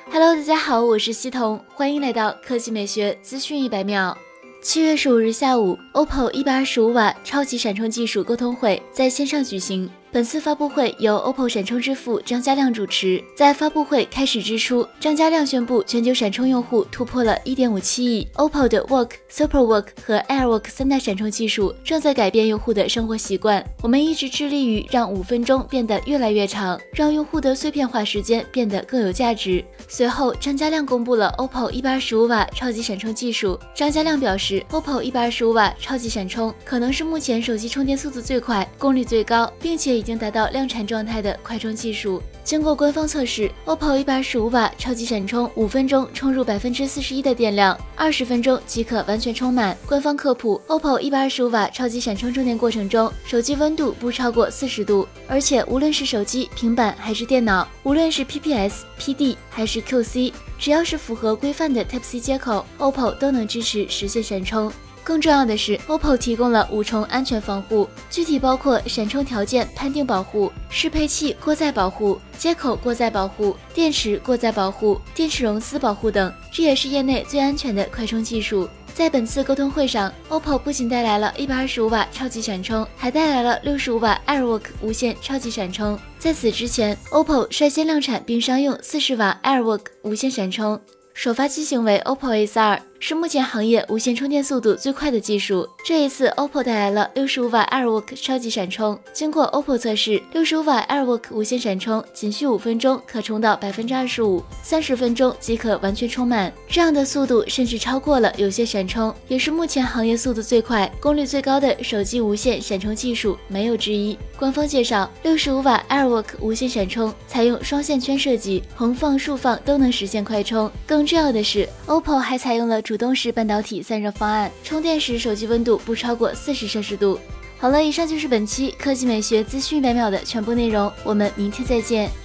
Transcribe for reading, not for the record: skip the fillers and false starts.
Hello， 大家好，我是西彤，欢迎来到科技美学资讯100秒。7月15日下午 ，OPPO 125瓦超级闪充技术沟通会在线上举行。本次发布会由 OPPO 闪充之父张家亮主持。在发布会开始之初，张家亮宣布全球闪充用户突破了 1.57亿。OPPO 的 Work、SuperWork 和 AirWork 3代闪充技术正在改变用户的生活习惯。我们一直致力于让5分钟变得越来越长，让用户的碎片化时间变得更有价值。随后，张家亮公布了 OPPO 125瓦超级闪充技术。张家亮表示 ，OPPO 125瓦超级闪充可能是目前手机充电速度最快、功率最高，并且已经达到量产状态的快充技术。经过官方测试 ，OPPO 125瓦超级闪充5分钟充入41%的电量，20分钟即可完全充满。官方科普 ，OPPO 125瓦超级闪充充电过程中，手机温度不超过40度，而且无论是手机、平板还是电脑，无论是 PPS、PD 还是 QC， 只要是符合规范的 Type-C 接口 ，OPPO 都能支持实现闪充。更重要的是 ，OPPO 提供了5重安全防护，具体包括闪充条件判定保护、适配器过载保护、接口过载保护、电池过载保护、电池熔丝保护等，这也是业内最安全的快充技术。在本次沟通会上 ，OPPO 不仅带来了125瓦超级闪充，还带来了65瓦 AirWork 无线超级闪充。在此之前 ，OPPO 率先量产并商用40瓦 AirWork 无线闪充。首发机型为 OPPO A42， 是目前行业无线充电速度最快的技术。这一次 OPPO 带来了65瓦 AirWork 超级闪充。经过 OPPO 测试，65瓦 AirWork 无线闪充仅需5分钟可充到 25%，30分钟即可完全充满。这样的速度甚至超过了有线闪充，也是目前行业速度最快、功率最高的手机无线闪充技术，没有之一。官方介绍，65瓦 AirWork 无线闪充采用双线圈设计，横放、竖放都能实现快充。更重要的是 ，OPPO 还采用了主动式半导体散热方案，充电时手机温度不超过40摄氏度。好了，以上就是本期科技美学资讯100秒的全部内容，我们明天再见。